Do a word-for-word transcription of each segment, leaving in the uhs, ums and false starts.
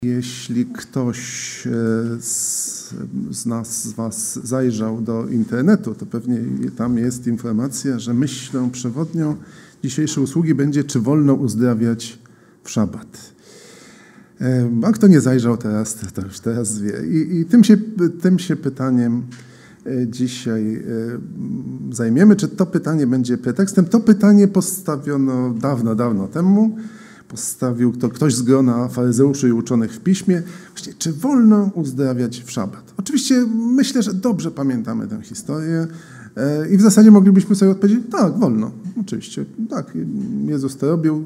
Jeśli ktoś z, z nas, z was zajrzał do internetu, to pewnie tam jest informacja, że myślą przewodnią dzisiejszej usługi będzie, czy wolno uzdrawiać w szabat. A kto nie zajrzał teraz, to już teraz wie. I, i tym, się, tym się pytaniem dzisiaj zajmiemy. Czy to pytanie będzie pretekstem? To pytanie postawiono dawno, dawno temu. Postawił to ktoś z grona faryzeuszy i uczonych w piśmie. Właśnie, czy wolno uzdrawiać w szabat? Oczywiście myślę, że dobrze pamiętamy tę historię i w zasadzie moglibyśmy sobie odpowiedzieć, tak, wolno. Oczywiście, tak, Jezus to robił.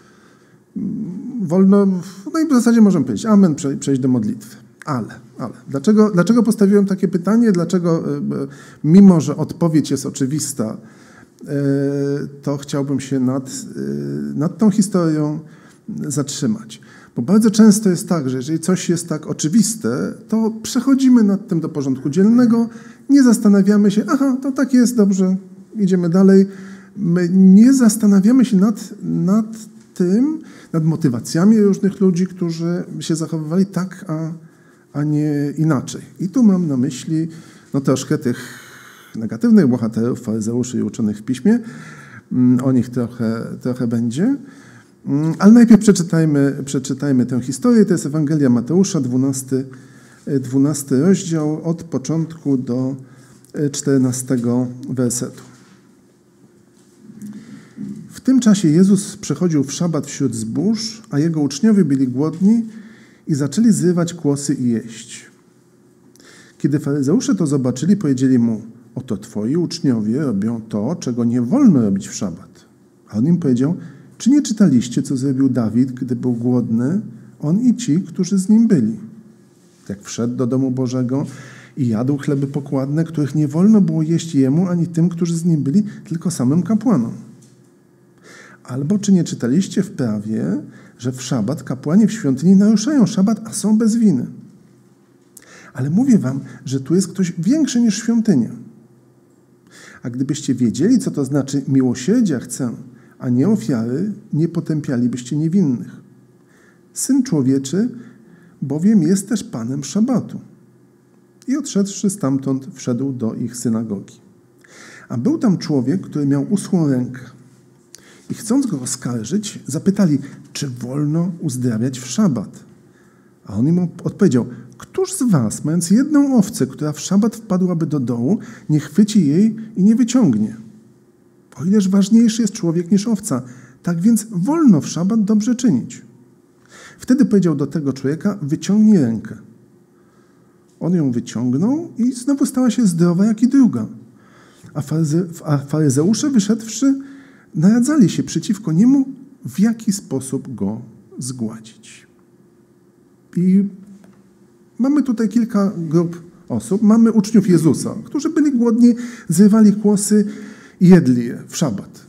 Wolno, no i w zasadzie możemy powiedzieć amen, przejść do modlitwy. Ale, ale, dlaczego, dlaczego postawiłem takie pytanie? Dlaczego, mimo że odpowiedź jest oczywista, to chciałbym się nad, nad tą historią zatrzymać. Bo bardzo często jest tak, że jeżeli coś jest tak oczywiste, to przechodzimy nad tym do porządku dziennego, nie zastanawiamy się, aha, to tak jest, dobrze, idziemy dalej. My nie zastanawiamy się nad, nad tym, nad motywacjami różnych ludzi, którzy się zachowywali tak, a, a nie inaczej. I tu mam na myśli no, troszkę tych negatywnych bohaterów, faryzeuszy i uczonych w piśmie. O nich trochę, trochę będzie. Ale najpierw przeczytajmy, przeczytajmy tę historię. To jest Ewangelia Mateusza, dwunasty, dwunasty rozdział, od początku do czternastego wersetu. W tym czasie Jezus przechodził w szabat wśród zbóż, a jego uczniowie byli głodni i zaczęli zrywać kłosy i jeść. Kiedy faryzeusze to zobaczyli, powiedzieli mu: oto twoi uczniowie robią to, czego nie wolno robić w szabat. A on im powiedział: czy nie czytaliście, co zrobił Dawid, gdy był głodny, on i ci, którzy z nim byli? Jak wszedł do domu Bożego i jadł chleby pokładne, których nie wolno było jeść jemu, ani tym, którzy z nim byli, tylko samym kapłanom. Albo czy nie czytaliście w prawie, że w szabat kapłani w świątyni naruszają szabat, a są bez winy? Ale mówię wam, że tu jest ktoś większy niż świątynia. A gdybyście wiedzieli, co to znaczy miłosierdzia chcę, a nie ofiary, nie potępialibyście niewinnych. Syn Człowieczy bowiem jest też Panem szabatu. I odszedłszy stamtąd, wszedł do ich synagogi. A był tam człowiek, który miał uschłą rękę. I chcąc go oskarżyć, zapytali, czy wolno uzdrawiać w szabat. A on im odpowiedział: któż z was, mając jedną owcę, która w szabat wpadłaby do dołu, nie chwyci jej i nie wyciągnie? O ileż ważniejszy jest człowiek niż owca, tak więc wolno w szabat dobrze czynić. Wtedy powiedział do tego człowieka: wyciągnij rękę. On ją wyciągnął i znowu stała się zdrowa jak i druga. A, faryze, a faryzeusze wyszedłszy, naradzali się przeciwko niemu, w jaki sposób go zgładzić. I mamy tutaj kilka grup osób. Mamy uczniów Jezusa, którzy byli głodni, zrywali kłosy i jedli je w szabat.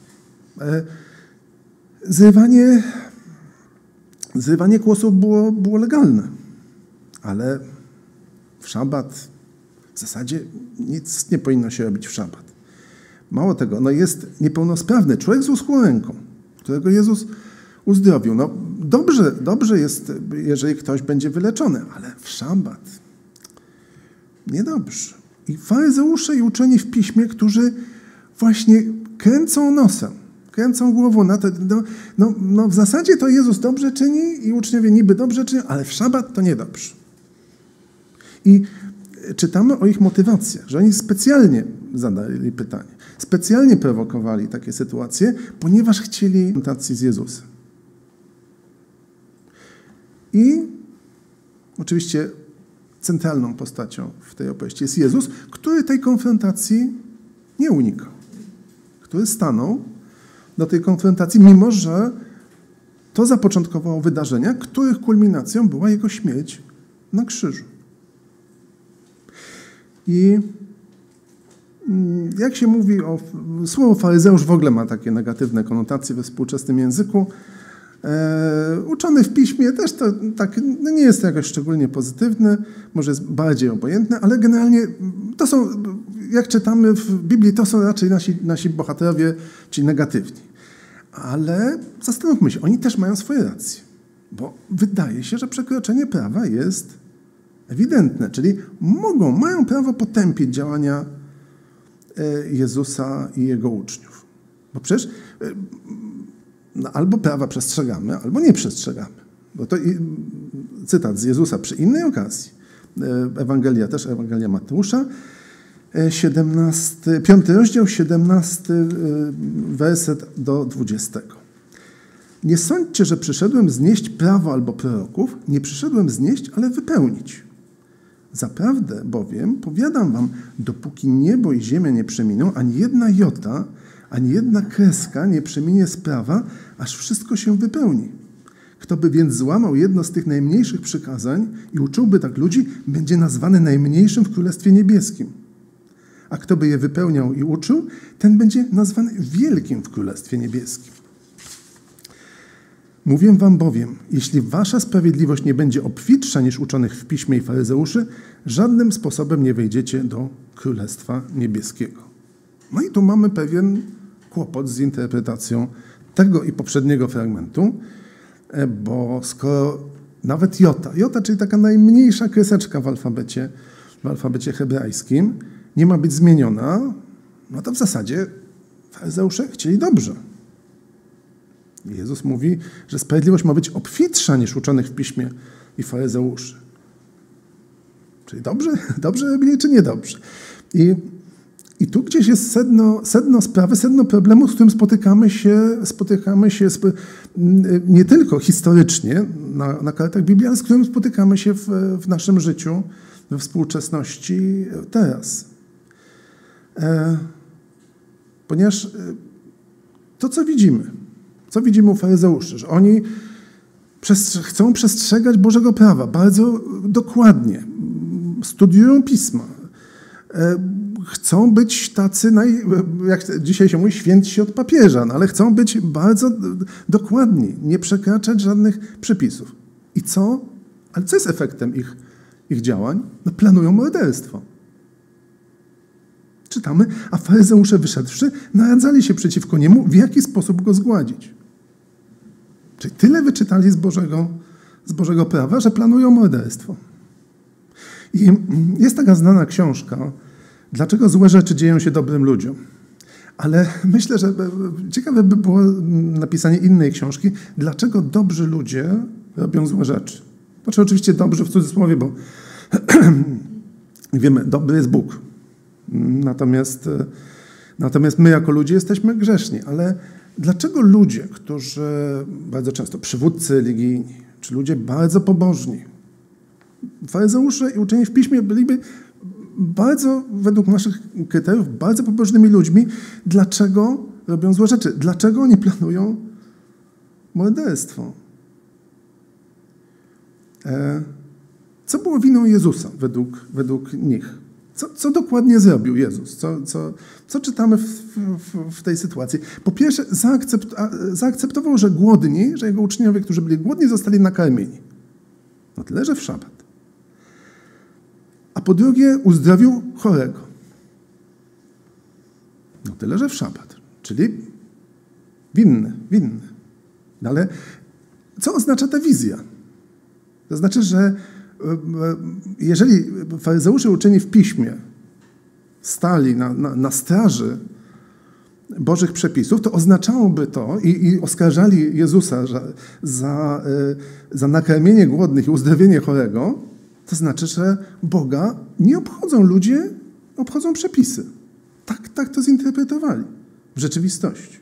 Zrywanie, zrywanie kłosów było, było legalne, ale w szabat w zasadzie nic nie powinno się robić w szabat. Mało tego, no jest niepełnosprawny człowiek z uschłą ręką, którego Jezus uzdrowił. No dobrze, dobrze jest, jeżeli ktoś będzie wyleczony, ale w szabat niedobrze. I faryzeusze i uczeni w piśmie, którzy właśnie kręcą nosem, kręcą głową na to, no, no, no w zasadzie to Jezus dobrze czyni i uczniowie niby dobrze czynią, ale w szabat to niedobrze. I czytamy o ich motywacjach, że oni specjalnie zadali pytanie, specjalnie prowokowali takie sytuacje, ponieważ chcieli konfrontacji z Jezusem. I oczywiście centralną postacią w tej opowieści jest Jezus, który tej konfrontacji nie unikał. Który stanął do tej konfrontacji, mimo że to zapoczątkowało wydarzenia, których kulminacją była jego śmierć na krzyżu. I jak się mówi o... Słowo faryzeusz w ogóle ma takie negatywne konotacje we współczesnym języku. E, uczony w piśmie też to tak, no nie jest to jakoś szczególnie pozytywne, może jest bardziej obojętne, ale generalnie to są, jak czytamy w Biblii, to są raczej nasi, nasi bohaterowie, ci negatywni. Ale zastanówmy się, oni też mają swoje racje. Bo wydaje się, że przekroczenie prawa jest ewidentne, czyli mogą, mają prawo potępić działania Jezusa i Jego uczniów. Bo przecież no, albo prawa przestrzegamy, albo nie przestrzegamy. Bo to cytat z Jezusa przy innej okazji. Ewangelia, też Ewangelia Mateusza, siedemnasty, piąty rozdział, siedemnasty werset do dwudziestego. Nie sądźcie, że przyszedłem znieść prawo albo proroków. Nie przyszedłem znieść, ale wypełnić. Zaprawdę bowiem, powiadam wam, dopóki niebo i ziemia nie przeminą, ani jedna jota, ani jedna kreska nie przeminie z prawa, aż wszystko się wypełni. Kto by więc złamał jedno z tych najmniejszych przykazań i uczyłby tak ludzi, będzie nazwany najmniejszym w Królestwie Niebieskim. A kto by je wypełniał i uczył, ten będzie nazwany wielkim w Królestwie Niebieskim. Mówię wam bowiem, jeśli wasza sprawiedliwość nie będzie obfitsza niż uczonych w piśmie i faryzeuszy, żadnym sposobem nie wejdziecie do Królestwa Niebieskiego. No i tu mamy pewien kłopot z interpretacją tego i poprzedniego fragmentu, bo skoro nawet jota, jota, czyli taka najmniejsza kreseczka w alfabecie, w alfabecie hebrajskim, nie ma być zmieniona, no to w zasadzie faryzeusze chcieli dobrze. Jezus mówi, że sprawiedliwość ma być obfitsza niż uczonych w piśmie i faryzeuszy. Czyli dobrze, dobrze robili, czy niedobrze? I, i tu gdzieś jest sedno, sedno sprawy, sedno problemu, z którym spotykamy się, spotykamy się sp- nie tylko historycznie na, na kartach Biblii, ale z którym spotykamy się w, w naszym życiu, we współczesności teraz. E, ponieważ to, co widzimy, co widzimy u faryzeuszy, że oni przestrze- chcą przestrzegać Bożego prawa bardzo dokładnie, studiują Pisma, e, chcą być tacy, naj, jak dzisiaj się mówi, świętsi od papieża, no ale chcą być bardzo dokładni, nie przekraczać żadnych przepisów. I co? Ale co jest efektem ich, ich działań? No planują morderstwo. Czytamy, a faryzeusze wyszedłszy, naradzali się przeciwko niemu, w jaki sposób go zgładzić. Czyli tyle wyczytali z Bożego, z Bożego prawa, że planują morderstwo. I jest taka znana książka, Dlaczego złe rzeczy dzieją się dobrym ludziom. Ale myślę, że ciekawe by było napisanie innej książki, Dlaczego dobrzy ludzie robią złe rzeczy. Znaczy oczywiście dobrzy w cudzysłowie, bo wiemy, dobry jest Bóg. Natomiast, natomiast my jako ludzie jesteśmy grzeszni. Ale dlaczego ludzie, którzy bardzo często przywódcy religijni, czy ludzie bardzo pobożni, faryzeusze i uczeni w piśmie byliby bardzo, według naszych kryteriów, bardzo pobożnymi ludźmi, dlaczego robią złe rzeczy? Dlaczego oni planują morderstwo? E, co było winą Jezusa według, według nich? Co, co dokładnie zrobił Jezus? Co, co, co czytamy w, w, w tej sytuacji? Po pierwsze, zaakcept, zaakceptował, że głodni, że jego uczniowie, którzy byli głodni, zostali nakarmieni. No tyle, że w szabat. A po drugie, uzdrowił chorego. No tyle, że w szabat. Czyli winny, winny. No ale co oznacza ta wizja? To znaczy, że jeżeli faryzeusze uczeni w piśmie stali na, na, na straży Bożych przepisów, to oznaczałoby to i, i oskarżali Jezusa za, za, za nakarmienie głodnych i uzdrowienie chorego, to znaczy, że Boga nie obchodzą ludzie, obchodzą przepisy. Tak, tak to zinterpretowali w rzeczywistości.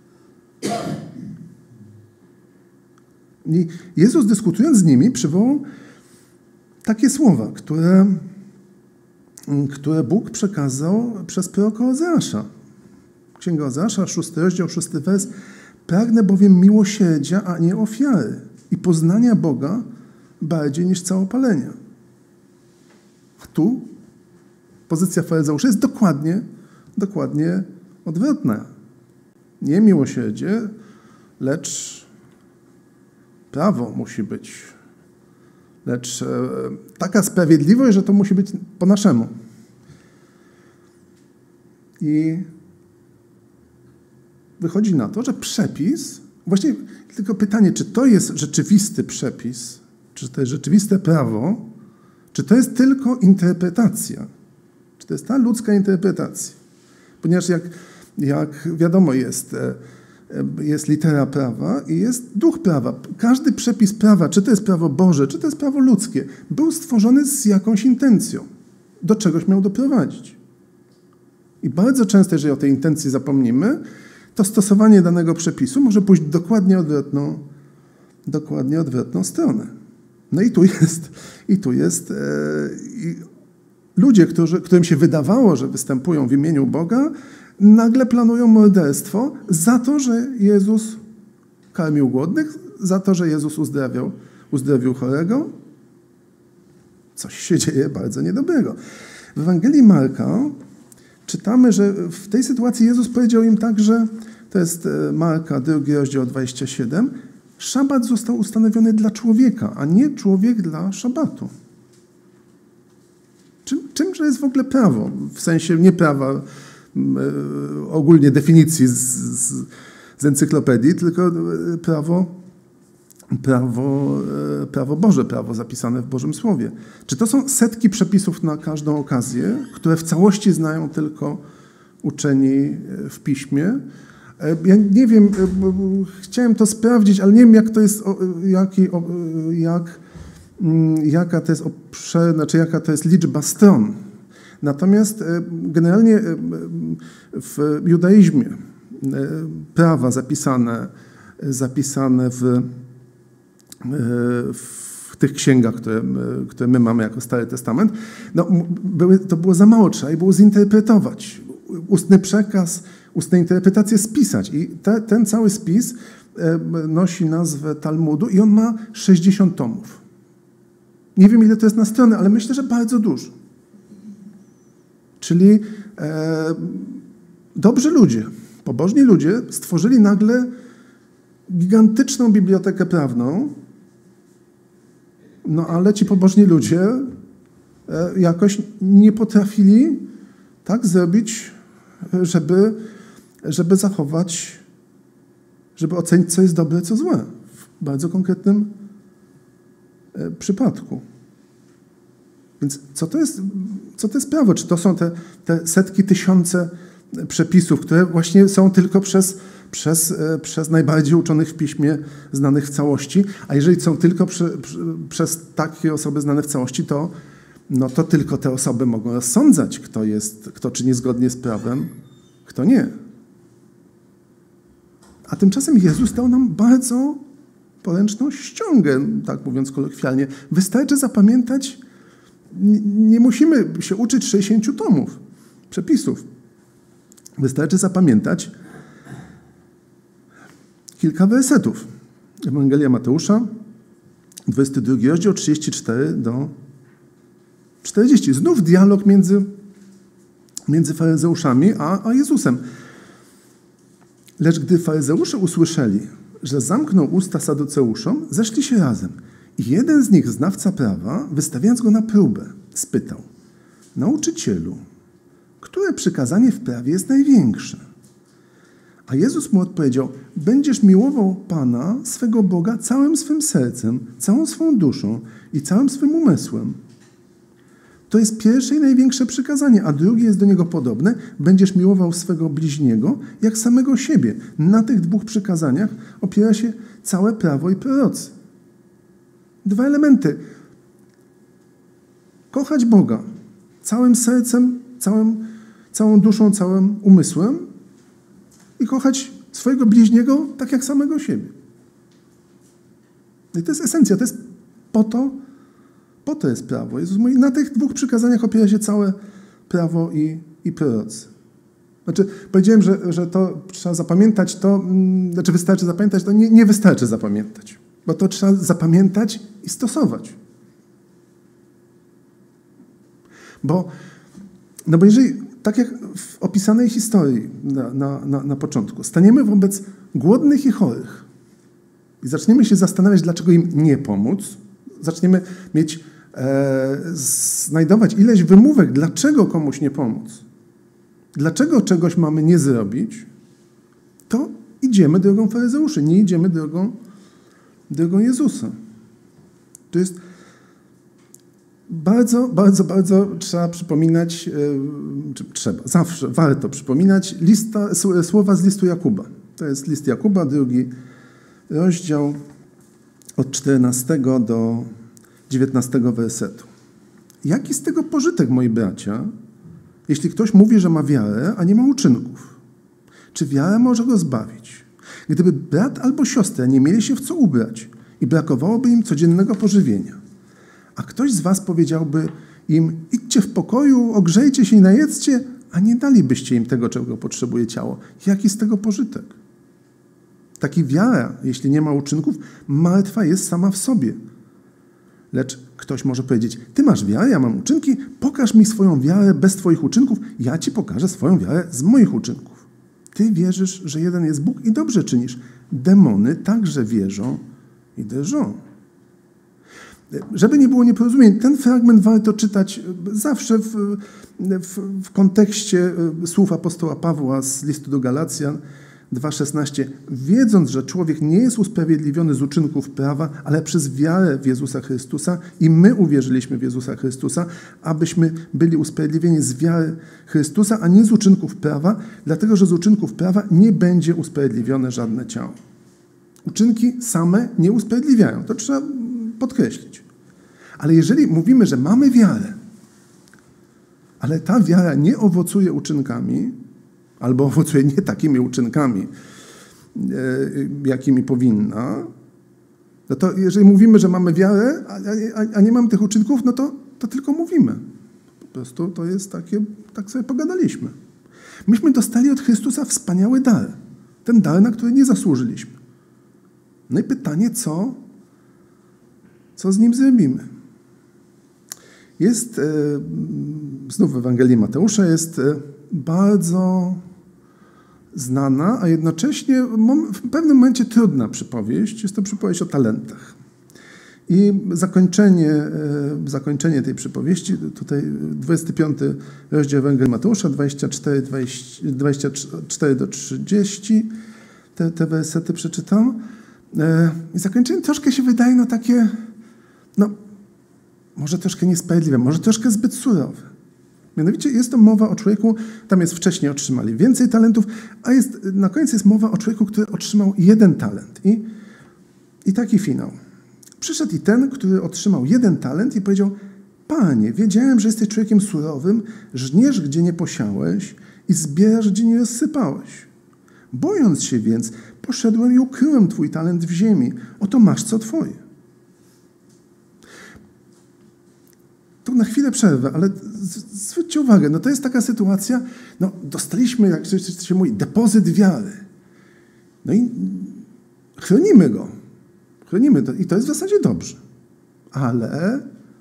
I Jezus, dyskutując z nimi, przywołał takie słowa, które, które Bóg przekazał przez proroka Ozeasza. Księga Ozeasza, szósty rozdział, szósty wers. Pragnę bowiem miłosierdzia, a nie ofiary i poznania Boga bardziej niż całopalenia. A tu pozycja faryzeuszy jest dokładnie, dokładnie odwrotna. Nie miłosierdzie, lecz prawo musi być. Lecz e, taka sprawiedliwość, że to musi być po naszemu. I wychodzi na to, że przepis Właśnie tylko pytanie, czy to jest rzeczywisty przepis, czy to jest rzeczywiste prawo, czy to jest tylko interpretacja? Czy to jest ta ludzka interpretacja? Ponieważ jak, jak wiadomo jest, jest litera prawa i jest duch prawa. Każdy przepis prawa, czy to jest prawo Boże, czy to jest prawo ludzkie, był stworzony z jakąś intencją. Do czegoś miał doprowadzić. I bardzo często, jeżeli o tej intencji zapomnimy, to stosowanie danego przepisu może pójść dokładnie odwrotną, dokładnie odwrotną stronę. No i tu jest, i tu jest e, i ludzie, którzy, którym się wydawało, że występują w imieniu Boga, nagle planują morderstwo za to, że Jezus karmił głodnych, za to, że Jezus uzdrawiał, uzdrowił chorego. Coś się dzieje bardzo niedobrego. W Ewangelii Marka czytamy, że w tej sytuacji Jezus powiedział im tak, że to jest Marka, drugi rozdział dwudziesty siódmy, szabat został ustanowiony dla człowieka, a nie człowiek dla szabatu. Czym, czymże jest w ogóle prawo? W sensie nie prawa e, ogólnie definicji z, z, z encyklopedii, tylko prawo, prawo, e, prawo Boże, prawo zapisane w Bożym Słowie. Czy to są setki przepisów na każdą okazję, które w całości znają tylko uczeni w piśmie? Ja nie wiem, chciałem to sprawdzić, ale nie wiem, jak to jest, jaki, jak, jaka to jest obszar, znaczy jaka to jest liczba stron. Natomiast generalnie w judaizmie prawa zapisane, zapisane w, w tych księgach, które, które my mamy jako Stary Testament, no, były, to było za mało, trzeba je było zinterpretować. Ustny przekaz, ustne interpretacje spisać. I te, ten cały spis e, nosi nazwę Talmudu i on ma sześćdziesiąt tomów. Nie wiem, ile to jest na stronę, ale myślę, że bardzo dużo. Czyli e, dobrzy ludzie, pobożni ludzie stworzyli nagle gigantyczną bibliotekę prawną, no ale ci pobożni ludzie e, jakoś nie potrafili tak zrobić, żeby żeby zachować, żeby ocenić, co jest dobre, co złe w bardzo konkretnym przypadku. Więc co to jest, co to jest prawo? Czy to są te, te setki, tysiące przepisów, które właśnie są tylko przez, przez, przez najbardziej uczonych w piśmie znanych w całości, a jeżeli są tylko przy, przy, przez takie osoby znane w całości, to, no to tylko te osoby mogą rozsądzać, kto jest, kto czyni zgodnie z prawem, kto nie. A tymczasem Jezus dał nam bardzo poręczną ściągę, tak mówiąc kolokwialnie. Wystarczy zapamiętać, nie musimy się uczyć sześćdziesięciu tomów, przepisów. Wystarczy zapamiętać kilka wersetów. Ewangelia Mateusza, dwudziesty drugi rozdział, trzydzieści cztery do czterdziestu. Znów dialog między, między faryzeuszami a, a Jezusem. Lecz gdy faryzeusze usłyszeli, że zamknął usta saduceuszom, zeszli się razem. I jeden z nich, znawca prawa, wystawiając go na próbę, spytał: Nauczycielu, które przykazanie w prawie jest największe? A Jezus mu odpowiedział: Będziesz miłował Pana, swego Boga, całym swym sercem, całą swą duszą i całym swym umysłem. To jest pierwsze i największe przykazanie, a drugie jest do niego podobne. Będziesz miłował swego bliźniego jak samego siebie. Na tych dwóch przykazaniach opiera się całe prawo i prorocy. Dwa elementy. Kochać Boga całym sercem, całym, całą duszą, całym umysłem i kochać swojego bliźniego tak jak samego siebie. I to jest esencja, to jest po to, Po to jest prawo. Jezus mówi, na tych dwóch przykazaniach opiera się całe prawo i, i prorocy. Znaczy, powiedziałem, że, że to trzeba zapamiętać, to, mm, znaczy wystarczy zapamiętać, to nie, nie wystarczy zapamiętać, bo to trzeba zapamiętać i stosować. Bo, no bo jeżeli, tak jak w opisanej historii na, na, na, na początku, staniemy wobec głodnych i chorych i zaczniemy się zastanawiać, dlaczego im nie pomóc, zaczniemy mieć, e, znajdować ileś wymówek, dlaczego komuś nie pomóc, dlaczego czegoś mamy nie zrobić, to idziemy drogą faryzeuszy, nie idziemy drogą, drogą Jezusa. To jest bardzo, bardzo, bardzo trzeba przypominać, czy trzeba, zawsze warto przypominać lista, słowa z listu Jakuba. To jest list Jakuba, drugi rozdział od czternastego do dziewiętnastego wersetu. Jaki z tego pożytek, moi bracia, jeśli ktoś mówi, że ma wiarę, a nie ma uczynków? Czy wiara może go zbawić? Gdyby brat albo siostra nie mieli się w co ubrać i brakowałoby im codziennego pożywienia, a ktoś z was powiedziałby im, idźcie w pokoju, ogrzejcie się i najedzcie, a nie dalibyście im tego, czego potrzebuje ciało. Jaki z tego pożytek? Taki wiara, jeśli nie ma uczynków, martwa jest sama w sobie. Lecz ktoś może powiedzieć, ty masz wiarę, ja mam uczynki, pokaż mi swoją wiarę bez twoich uczynków, ja ci pokażę swoją wiarę z moich uczynków. Ty wierzysz, że jeden jest Bóg i dobrze czynisz. Demony także wierzą i drżą. Żeby nie było nieporozumień, ten fragment warto czytać zawsze w, w, w kontekście słów apostoła Pawła z listu do Galacjan dwa szesnaście. Wiedząc, że człowiek nie jest usprawiedliwiony z uczynków prawa, ale przez wiarę w Jezusa Chrystusa i my uwierzyliśmy w Jezusa Chrystusa, abyśmy byli usprawiedliwieni z wiary Chrystusa, a nie z uczynków prawa, dlatego że z uczynków prawa nie będzie usprawiedliwione żadne ciało. Uczynki same nie usprawiedliwiają. To trzeba podkreślić. Ale jeżeli mówimy, że mamy wiarę, ale ta wiara nie owocuje uczynkami, albo owocuje nie takimi uczynkami, jakimi powinna, no to jeżeli mówimy, że mamy wiarę, a, a, a nie mamy tych uczynków, no to, to tylko mówimy. Po prostu to jest takie, tak sobie pogadaliśmy. Myśmy dostali od Chrystusa wspaniały dar. Ten dar, na który nie zasłużyliśmy. No i pytanie, co, co z nim zrobimy? Jest, e, znów w Ewangelii Mateusza, jest e, bardzo znana, a jednocześnie w pewnym momencie trudna przypowieść. Jest to przypowieść o talentach. I zakończenie, e, zakończenie tej przypowieści, tutaj dwudziesty piąty rozdział Ewangelii Mateusza, dwadzieścia cztery, dwadzieścia cztery do trzydziestu, te, te wersety przeczytam. E, I zakończenie troszkę się wydaje no takie, no może troszkę niesprawiedliwe, może troszkę zbyt surowe. Mianowicie jest to mowa o człowieku, tam jest wcześniej otrzymali więcej talentów, a jest, na końcu jest mowa o człowieku, który otrzymał jeden talent. I, i taki finał. Przyszedł i ten, który otrzymał jeden talent i powiedział, Panie, wiedziałem, że jesteś człowiekiem surowym, żniesz, gdzie nie posiałeś i zbierasz, gdzie nie rozsypałeś. Bojąc się więc, poszedłem i ukryłem twój talent w ziemi. Oto masz co twoje. Tu na chwilę przerwę, ale zwróćcie uwagę, no to jest taka sytuacja, no dostaliśmy, jak się mówi, depozyt wiary. No i chronimy go. Chronimy to i to jest w zasadzie dobrze. Ale,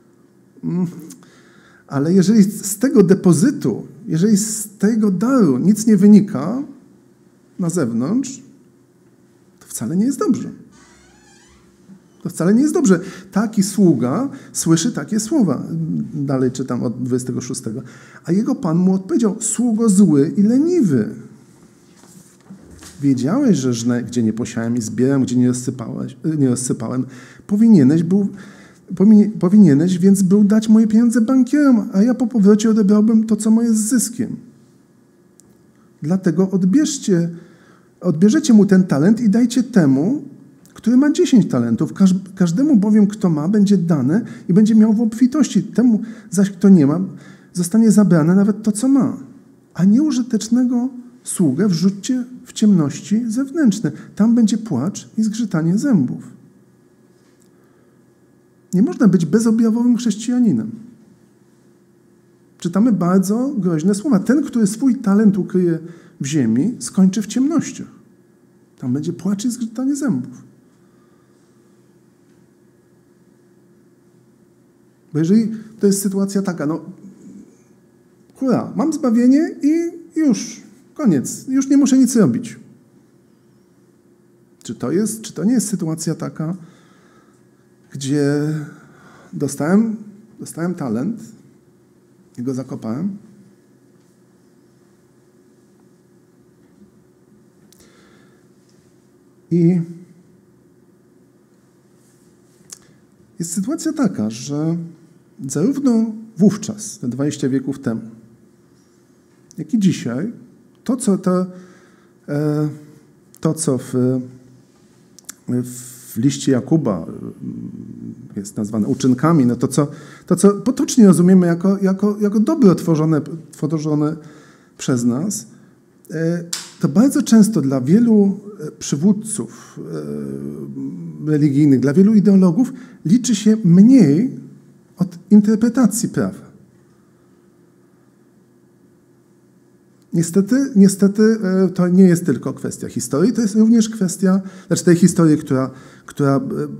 ale jeżeli z tego depozytu, jeżeli z tego daru nic nie wynika na zewnątrz, to wcale nie jest dobrze. To wcale nie jest dobrze. Taki sługa słyszy takie słowa. Dalej czytam od dwudziestego szóstego. A jego pan mu odpowiedział, sługo zły i leniwy. Wiedziałeś, że żnę, gdzie nie posiałem i zbieram, gdzie nie, nie rozsypałem. Powinieneś, był, powinieneś więc był dać moje pieniądze bankierom, a ja po powrocie odebrałbym to, co moje z zyskiem. Dlatego odbierzcie, odbierzecie mu ten talent i dajcie temu, który ma dziesięć talentów. Każdemu bowiem, kto ma, będzie dane i będzie miał w obfitości. Temu zaś, kto nie ma, zostanie zabrane nawet to, co ma. A nieużytecznego sługę wrzućcie w ciemności zewnętrzne. Tam będzie płacz i zgrzytanie zębów. Nie można być bezobjawowym chrześcijaninem. Czytamy bardzo groźne słowa. Ten, który swój talent ukryje w ziemi, skończy w ciemnościach. Tam będzie płacz i zgrzytanie zębów. Bo jeżeli to jest sytuacja taka, no hurra, mam zbawienie i już, koniec, już nie muszę nic robić. Czy to jest, czy to nie jest sytuacja taka, gdzie dostałem, dostałem talent i go zakopałem? I jest sytuacja taka, że zarówno wówczas, te dwadzieścia wieków temu, jak i dzisiaj, to, co, to, to, co w, w liście Jakuba jest nazwane uczynkami, no to, co, to, co potocznie rozumiemy jako, jako, jako dobro tworzone, tworzone przez nas, to bardzo często dla wielu przywódców religijnych, dla wielu ideologów liczy się mniej od interpretacji prawa. Niestety, niestety to nie jest tylko kwestia historii, to jest również kwestia, znaczy tej historii, która, która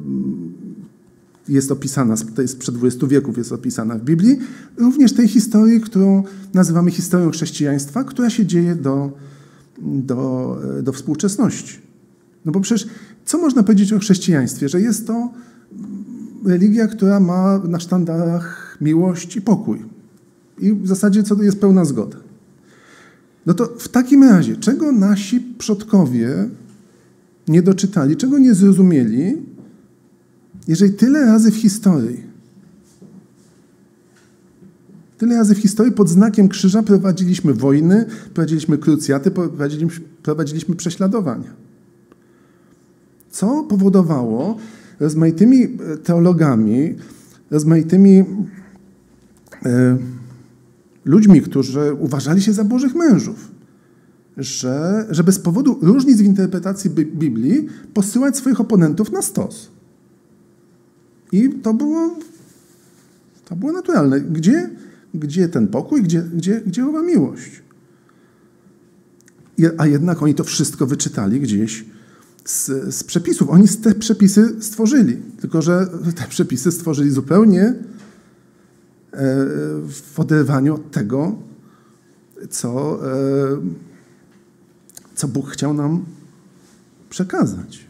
jest opisana, to jest sprzed dwudziestu wieków, jest opisana w Biblii, również tej historii, którą nazywamy historią chrześcijaństwa, która się dzieje do, do, do współczesności. No bo przecież co można powiedzieć o chrześcijaństwie? Że jest to religia, która ma na sztandarach miłość i pokój. I w zasadzie co to jest pełna zgoda. No to w takim razie, czego nasi przodkowie nie doczytali, czego nie zrozumieli, jeżeli tyle razy w historii, tyle razy w historii pod znakiem krzyża prowadziliśmy wojny, prowadziliśmy krucjaty, prowadziliśmy, prowadziliśmy prześladowania. Co powodowało rozmaitymi teologami, rozmaitymi e, ludźmi, którzy uważali się za Bożych mężów, że, że bez powodu różnic w interpretacji Biblii posyłać swoich oponentów na stos. I to było, to było naturalne. Gdzie, gdzie ten pokój, gdzie, gdzie, gdzie owa miłość? A jednak oni to wszystko wyczytali gdzieś z, z przepisów. Oni te przepisy stworzyli, tylko że te przepisy stworzyli zupełnie w oderwaniu od tego, co, co Bóg chciał nam przekazać.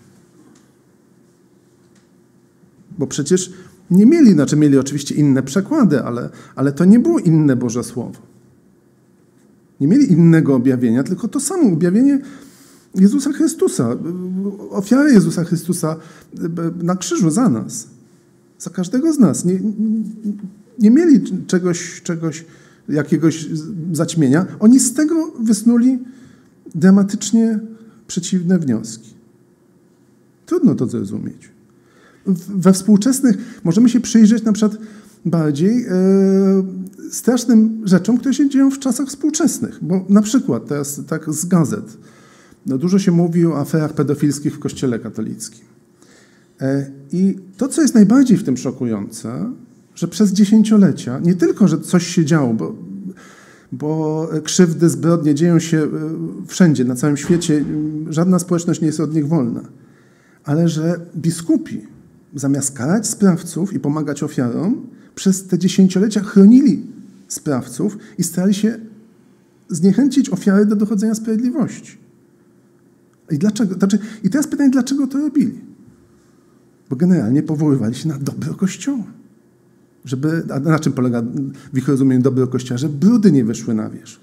Bo przecież nie mieli, znaczy mieli oczywiście inne przekłady, ale, ale to nie było inne Boże Słowo. Nie mieli innego objawienia, tylko to samo objawienie Jezusa Chrystusa, ofiary Jezusa Chrystusa na krzyżu za nas, za każdego z nas. Nie, nie mieli czegoś, czegoś, jakiegoś zaćmienia. Oni z tego wysnuli dramatycznie przeciwne wnioski. Trudno to zrozumieć. We współczesnych możemy się przyjrzeć na przykład bardziej e, strasznym rzeczom, które się dzieją w czasach współczesnych. Bo na przykład teraz tak z gazet no, dużo się mówi o aferach pedofilskich w Kościele katolickim. E, I to, co jest najbardziej w tym szokujące, że przez dziesięciolecia nie tylko, że coś się działo, bo, bo krzywdy, zbrodnie dzieją się wszędzie, na całym świecie, żadna społeczność nie jest od nich wolna, ale że biskupi zamiast karać sprawców i pomagać ofiarom, przez te dziesięciolecia chronili sprawców i starali się zniechęcić ofiary do dochodzenia sprawiedliwości. I dlaczego? Znaczy, i teraz pytanie, dlaczego to robili? Bo generalnie powoływali się na dobro Kościoła. Żeby, a na czym polega w ich rozumieniu dobro Kościoła? Że brudy nie wyszły na wierzch.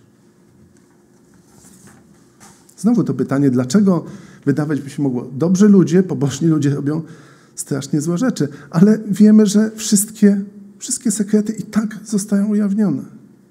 Znowu to pytanie, dlaczego wydawać by się mogło, dobrzy ludzie, pobożni ludzie robią strasznie złe rzeczy, ale wiemy, że wszystkie, wszystkie sekrety i tak zostają ujawnione.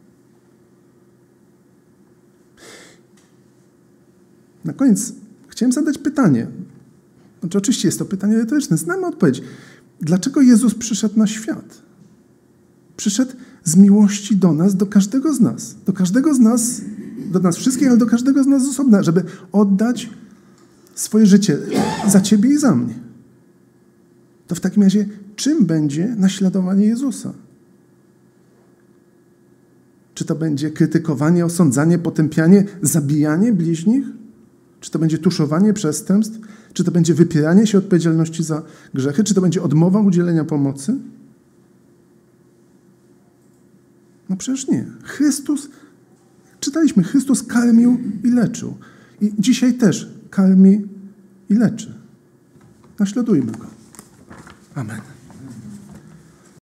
Na koniec chciałem zadać pytanie. Znaczy, oczywiście jest to pytanie retoryczne. Znamy odpowiedź. Dlaczego Jezus przyszedł na świat? Przyszedł z miłości do nas, do każdego z nas. Do każdego z nas, do nas wszystkich, ale do każdego z nas z osobna, żeby oddać swoje życie za ciebie i za mnie. To w takim razie czym będzie naśladowanie Jezusa? Czy to będzie krytykowanie, osądzanie, potępianie, zabijanie bliźnich? Czy to będzie tuszowanie przestępstw? Czy to będzie wypieranie się odpowiedzialności za grzechy? Czy to będzie odmowa udzielenia pomocy? No przecież nie. Chrystus, czytaliśmy, Chrystus karmił i leczył. I dzisiaj też karmi i leczy. Naśladujmy Go. Amen.